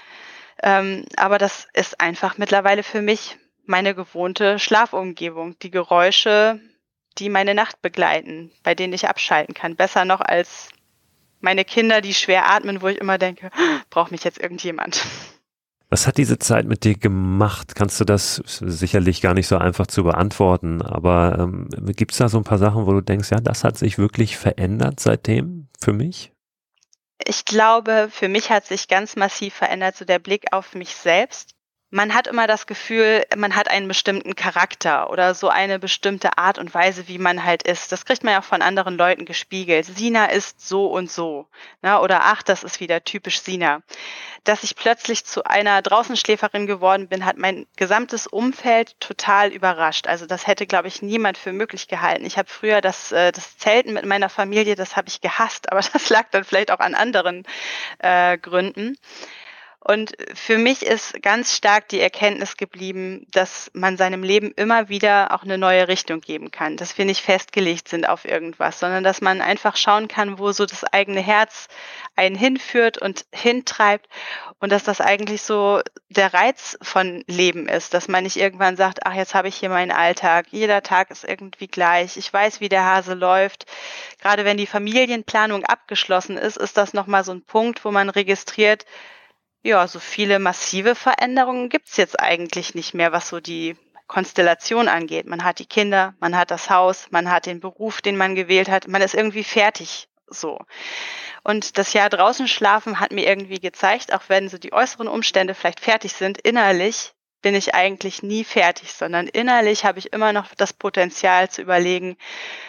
Ähm, aber das ist einfach mittlerweile für mich meine gewohnte Schlafumgebung, die Geräusche, die meine Nacht begleiten, bei denen ich abschalten kann. Besser noch als meine Kinder, die schwer atmen, wo ich immer denke, braucht mich jetzt irgendjemand. Was hat diese Zeit mit dir gemacht? Kannst du das sicherlich gar nicht so einfach zu beantworten, aber ähm, gibt es da so ein paar Sachen, wo du denkst, ja, das hat sich wirklich verändert seitdem für mich? Ich glaube, für mich hat sich ganz massiv verändert so der Blick auf mich selbst. Man hat immer das Gefühl, man hat einen bestimmten Charakter oder so eine bestimmte Art und Weise, wie man halt ist. Das kriegt man ja auch von anderen Leuten gespiegelt. Sina ist so und so. Ne? Oder ach, das ist wieder typisch Sina. Dass ich plötzlich zu einer Draußenschläferin geworden bin, hat mein gesamtes Umfeld total überrascht. Also das hätte, glaube ich, niemand für möglich gehalten. Ich habe früher das, äh, das Zelten mit meiner Familie, das habe ich gehasst, aber das lag dann vielleicht auch an anderen äh, Gründen. Und für mich ist ganz stark die Erkenntnis geblieben, dass man seinem Leben immer wieder auch eine neue Richtung geben kann, dass wir nicht festgelegt sind auf irgendwas, sondern dass man einfach schauen kann, wo so das eigene Herz einen hinführt und hintreibt und dass das eigentlich so der Reiz von Leben ist, dass man nicht irgendwann sagt, ach, jetzt habe ich hier meinen Alltag, jeder Tag ist irgendwie gleich, ich weiß, wie der Hase läuft. Gerade wenn die Familienplanung abgeschlossen ist, ist das nochmal so ein Punkt, wo man registriert, ja, so viele massive Veränderungen gibt's jetzt eigentlich nicht mehr, was so die Konstellation angeht. Man hat die Kinder, man hat das Haus, man hat den Beruf, den man gewählt hat. Man ist irgendwie fertig so. Und das Jahr draußen schlafen hat mir irgendwie gezeigt, auch wenn so die äußeren Umstände vielleicht fertig sind, innerlich bin ich eigentlich nie fertig, sondern innerlich habe ich immer noch das Potenzial zu überlegen,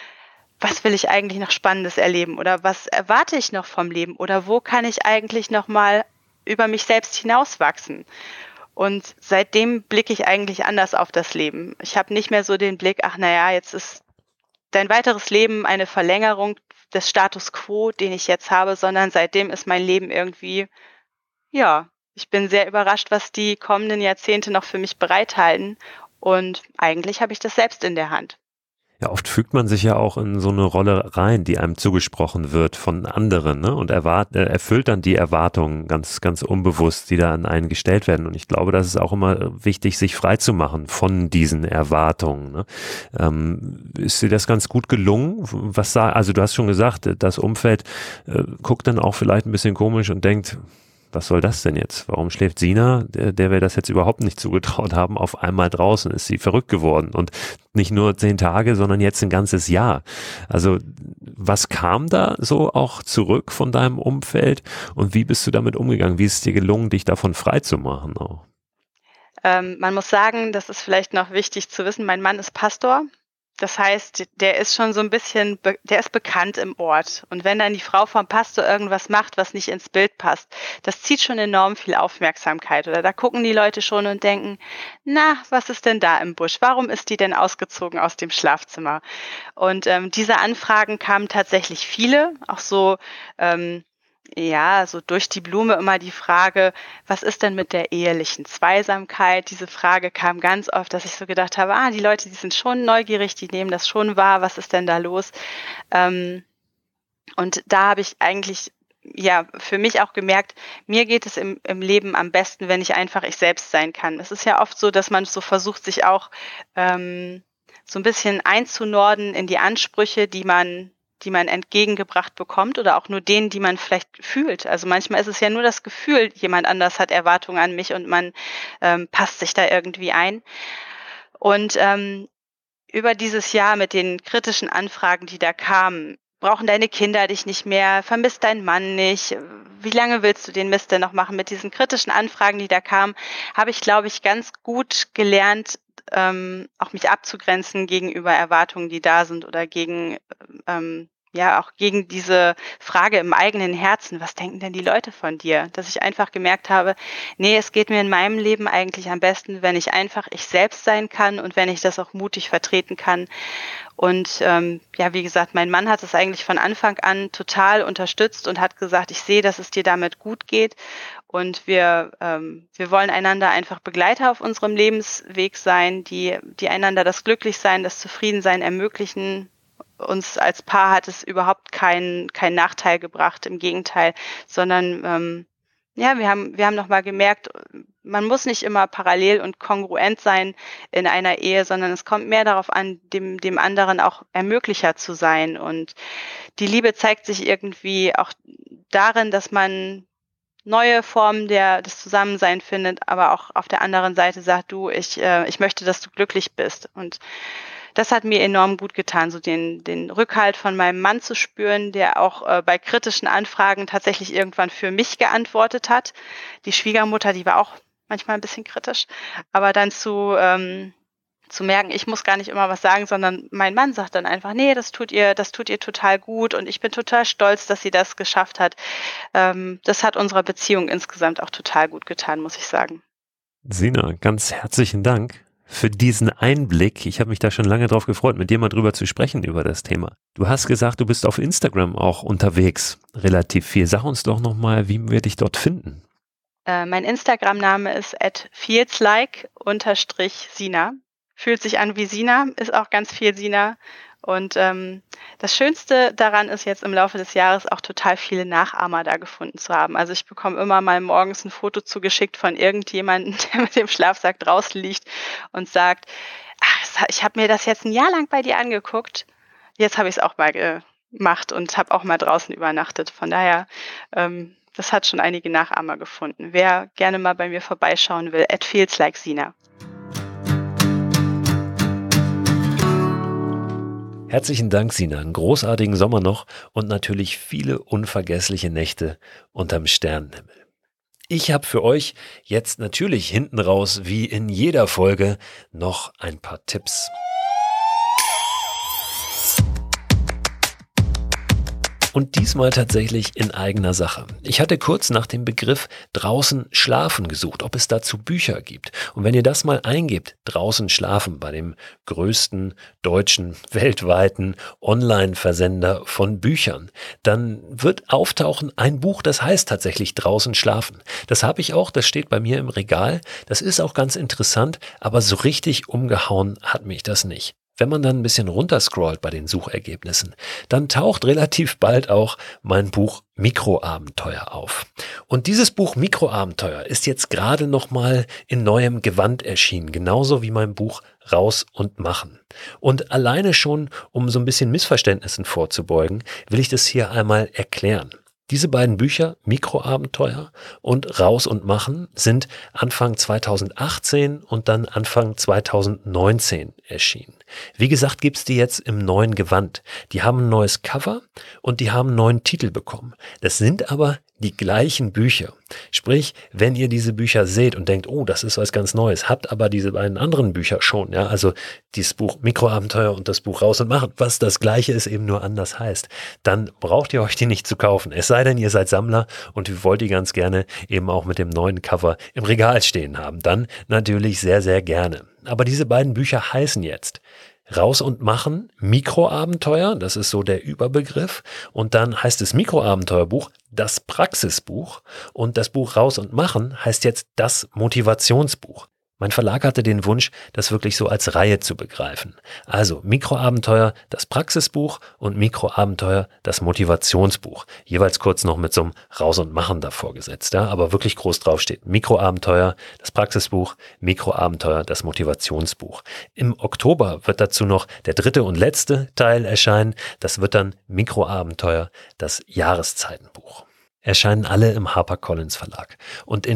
was will ich eigentlich noch Spannendes erleben oder was erwarte ich noch vom Leben oder wo kann ich eigentlich noch mal über mich selbst hinauswachsen. Und seitdem blicke ich eigentlich anders auf das Leben. Ich habe nicht mehr so den Blick, ach naja, jetzt ist dein weiteres Leben eine Verlängerung des Status quo, den ich jetzt habe, sondern seitdem ist mein Leben irgendwie, ja, ich bin sehr überrascht, was die kommenden Jahrzehnte noch für mich bereithalten. Und eigentlich habe ich das selbst in der Hand. Ja, oft fügt man sich ja auch in so eine Rolle rein, die einem zugesprochen wird von anderen, ne? Und erwart, äh, erfüllt dann die Erwartungen ganz, ganz unbewusst, die da an einen gestellt werden. Und ich glaube, das ist auch immer wichtig, sich frei zu machen von diesen Erwartungen. Ne? Ähm, ist dir das ganz gut gelungen? Was sag, also du hast schon gesagt, das Umfeld äh, guckt dann auch vielleicht ein bisschen komisch und denkt, was soll das denn jetzt? Warum schläft Sina, der, der wir das jetzt überhaupt nicht zugetraut haben, auf einmal draußen? Ist sie verrückt geworden? Und nicht nur zehn Tage, sondern jetzt ein ganzes Jahr. Also was kam da so auch zurück von deinem Umfeld und wie bist du damit umgegangen? Wie ist es dir gelungen, dich davon frei zu machen auch? Ähm, man muss sagen, das ist vielleicht noch wichtig zu wissen, mein Mann ist Pastor. Das heißt, der ist schon so ein bisschen, be- der ist bekannt im Ort. Und wenn dann die Frau vom Pastor irgendwas macht, was nicht ins Bild passt, das zieht schon enorm viel Aufmerksamkeit. Oder da gucken die Leute schon und denken, na, was ist denn da im Busch? Warum ist die denn ausgezogen aus dem Schlafzimmer? Und ähm, diese Anfragen kamen tatsächlich viele, auch so, ähm, ja, so durch die Blume immer die Frage, was ist denn mit der ehelichen Zweisamkeit? Diese Frage kam ganz oft, dass ich so gedacht habe, ah, die Leute, die sind schon neugierig, die nehmen das schon wahr, was ist denn da los? Ähm, und da habe ich eigentlich, ja, für mich auch gemerkt, mir geht es im, im Leben am besten, wenn ich einfach ich selbst sein kann. Es ist ja oft so, dass man so versucht, sich auch ähm, so ein bisschen einzunorden in die Ansprüche, die man die man entgegengebracht bekommt oder auch nur denen, die man vielleicht fühlt. Also manchmal ist es ja nur das Gefühl, jemand anders hat Erwartungen an mich und man ähm, passt sich da irgendwie ein. Und ähm, über dieses Jahr mit den kritischen Anfragen, die da kamen, brauchen deine Kinder dich nicht mehr, vermisst dein Mann nicht, wie lange willst du den Mist denn noch machen? Mit diesen kritischen Anfragen, die da kamen, habe ich, glaube ich, ganz gut gelernt, ähm, auch mich abzugrenzen gegenüber Erwartungen, die da sind oder gegen, ähm, ja, auch gegen diese Frage im eigenen Herzen, was denken denn die Leute von dir? Dass ich einfach gemerkt habe, nee, es geht mir in meinem Leben eigentlich am besten, wenn ich einfach ich selbst sein kann und wenn ich das auch mutig vertreten kann. Und ähm, ja, wie gesagt, mein Mann hat es eigentlich von Anfang an total unterstützt und hat gesagt, ich sehe, dass es dir damit gut geht. Und wir, ähm, wir wollen einander einfach Begleiter auf unserem Lebensweg sein, die, die einander das Glücklichsein, das Zufriedensein ermöglichen. Uns als Paar hat es überhaupt keinen keinen Nachteil gebracht, im Gegenteil, sondern ähm, ja, wir haben wir haben nochmal gemerkt, man muss nicht immer parallel und kongruent sein in einer Ehe, sondern es kommt mehr darauf an, dem dem anderen auch Ermöglicher zu sein. Und die Liebe zeigt sich irgendwie auch darin, dass man neue Formen der des Zusammenseins findet, aber auch auf der anderen Seite sagt, du, ich äh, ich möchte, dass du glücklich bist. Und das hat mir enorm gut getan, so den, den Rückhalt von meinem Mann zu spüren, der auch äh, bei kritischen Anfragen tatsächlich irgendwann für mich geantwortet hat. Die Schwiegermutter, die war auch manchmal ein bisschen kritisch, aber dann zu, ähm, zu merken, ich muss gar nicht immer was sagen, sondern mein Mann sagt dann einfach, nee, das tut ihr, das tut ihr total gut und ich bin total stolz, dass sie das geschafft hat. Ähm, das hat unserer Beziehung insgesamt auch total gut getan, muss ich sagen. Sina, ganz herzlichen Dank für diesen Einblick. Ich habe mich da schon lange drauf gefreut, mit dir mal drüber zu sprechen über das Thema. Du hast gesagt, du bist auf Instagram auch unterwegs, relativ viel. Sag uns doch nochmal, wie wir dich dort finden. Äh, mein Instagram-Name ist at feelslike unterstrich Sina. Fühlt sich an wie Sina, ist auch ganz viel Sina. Und ähm, das Schönste daran ist jetzt im Laufe des Jahres auch total viele Nachahmer da gefunden zu haben. Also ich bekomme immer mal morgens ein Foto zugeschickt von irgendjemandem, der mit dem Schlafsack draußen liegt und sagt, ach, ich habe mir das jetzt ein Jahr lang bei dir angeguckt, jetzt habe ich es auch mal gemacht und habe auch mal draußen übernachtet. Von daher, ähm, das hat schon einige Nachahmer gefunden. Wer gerne mal bei mir vorbeischauen will, at feelslike-Sina. Herzlichen Dank, Sina. Einen großartigen Sommer noch und natürlich viele unvergessliche Nächte unterm Sternenhimmel. Ich habe für euch jetzt natürlich hinten raus, wie in jeder Folge, noch ein paar Tipps. Und diesmal tatsächlich in eigener Sache. Ich hatte kurz nach dem Begriff draußen schlafen gesucht, ob es dazu Bücher gibt. Und wenn ihr das mal eingebt, draußen schlafen bei dem größten deutschen, weltweiten Online-Versender von Büchern, dann wird auftauchen ein Buch, das heißt tatsächlich draußen schlafen. Das habe ich auch, das steht bei mir im Regal. Das ist auch ganz interessant, aber so richtig umgehauen hat mich das nicht. Wenn man dann ein bisschen runterscrollt bei den Suchergebnissen, dann taucht relativ bald auch mein Buch Mikroabenteuer auf. Und dieses Buch Mikroabenteuer ist jetzt gerade nochmal in neuem Gewand erschienen, genauso wie mein Buch Raus und Machen. Und alleine schon, um so ein bisschen Missverständnissen vorzubeugen, will ich das hier einmal erklären. Diese beiden Bücher, Mikroabenteuer und Raus und Machen, sind Anfang zweitausendachtzehn und dann Anfang zweitausendneunzehn erschienen. Wie gesagt, gibt's die jetzt im neuen Gewand. Die haben ein neues Cover und die haben einen neuen Titel bekommen. Das sind aber die gleichen Bücher. Sprich, wenn ihr diese Bücher seht und denkt, oh, das ist was ganz Neues, habt aber diese beiden anderen Bücher schon, ja, also dieses Buch Mikroabenteuer und das Buch Raus und Machen, was das Gleiche ist, eben nur anders heißt, dann braucht ihr euch die nicht zu kaufen. Es sei denn, ihr seid Sammler und ihr wollt die ganz gerne eben auch mit dem neuen Cover im Regal stehen haben. Dann natürlich sehr, sehr gerne. Aber diese beiden Bücher heißen jetzt Raus und Machen, Mikroabenteuer, das ist so der Überbegriff. Und dann heißt es Mikroabenteuerbuch, das Praxisbuch. Und das Buch Raus und Machen heißt jetzt das Motivationsbuch. Mein Verlag hatte den Wunsch, das wirklich so als Reihe zu begreifen. Also Mikroabenteuer, das Praxisbuch und Mikroabenteuer, das Motivationsbuch. Jeweils kurz noch mit so einem Raus und Machen davor gesetzt, ja, aber wirklich groß draufsteht. Mikroabenteuer, das Praxisbuch, Mikroabenteuer, das Motivationsbuch. Im Oktober wird dazu noch der dritte und letzte Teil erscheinen. Das wird dann Mikroabenteuer, das Jahreszeitenbuch. Erscheinen alle im HarperCollins Verlag. Und in dem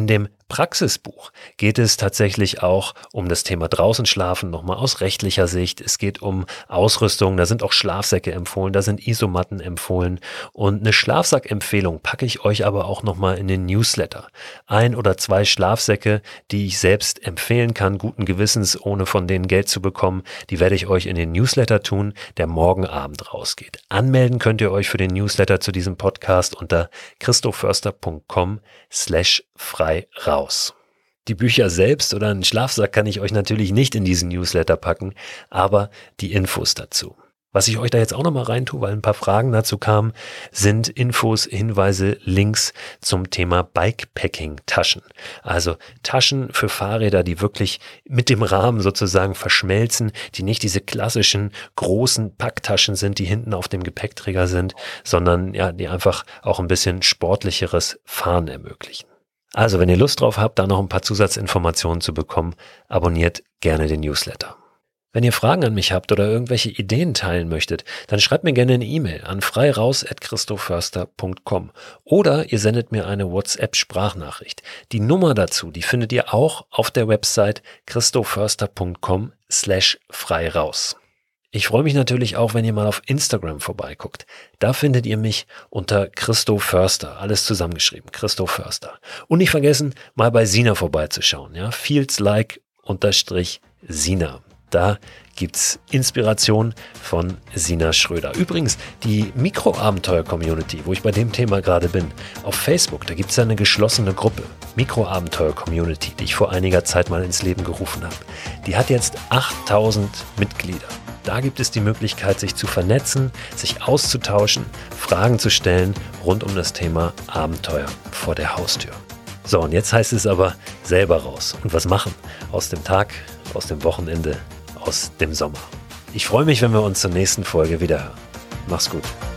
Praxisbuch geht es tatsächlich auch um das Thema draußen schlafen, nochmal aus rechtlicher Sicht. Es geht um Ausrüstung, da sind auch Schlafsäcke empfohlen, da sind Isomatten empfohlen. Und eine Schlafsackempfehlung packe ich euch aber auch nochmal in den Newsletter. Ein oder zwei Schlafsäcke, die ich selbst empfehlen kann, guten Gewissens, ohne von denen Geld zu bekommen, die werde ich euch in den Newsletter tun, der morgen Abend rausgeht. Anmelden könnt ihr euch für den Newsletter zu diesem Podcast unter christoförster.com slash frei raus. Die Bücher selbst oder einen Schlafsack kann ich euch natürlich nicht in diesen Newsletter packen, aber die Infos dazu. Was ich euch da jetzt auch nochmal reintue, weil ein paar Fragen dazu kamen, sind Infos, Hinweise, Links zum Thema Bikepacking-Taschen. Also Taschen für Fahrräder, die wirklich mit dem Rahmen sozusagen verschmelzen, die nicht diese klassischen großen Packtaschen sind, die hinten auf dem Gepäckträger sind, sondern ja, die einfach auch ein bisschen sportlicheres Fahren ermöglichen. Also, wenn ihr Lust drauf habt, da noch ein paar Zusatzinformationen zu bekommen, abonniert gerne den Newsletter. Wenn ihr Fragen an mich habt oder irgendwelche Ideen teilen möchtet, dann schreibt mir gerne eine E-Mail an freiraus at christoförster punkt com oder ihr sendet mir eine WhatsApp-Sprachnachricht. Die Nummer dazu, die findet ihr auch auf der Website christoförster.com slash freiraus. Ich freue mich natürlich auch, wenn ihr mal auf Instagram vorbeiguckt. Da findet ihr mich unter Christo Förster, alles zusammengeschrieben, Christo Förster. Und nicht vergessen, mal bei Sina vorbeizuschauen, ja, feels like unterstrich Sina. Da gibt's Inspiration von Sina Schröder. Übrigens, die Mikroabenteuer-Community, wo ich bei dem Thema gerade bin, auf Facebook, da gibt's eine geschlossene Gruppe, Mikroabenteuer-Community, die ich vor einiger Zeit mal ins Leben gerufen habe. Die hat jetzt achttausend Mitglieder. Da gibt es die Möglichkeit, sich zu vernetzen, sich auszutauschen, Fragen zu stellen rund um das Thema Abenteuer vor der Haustür. So, und jetzt heißt es aber selber raus und was machen aus dem Tag, aus dem Wochenende, aus dem Sommer. Ich freue mich, wenn wir uns zur nächsten Folge wieder hören. Mach's gut.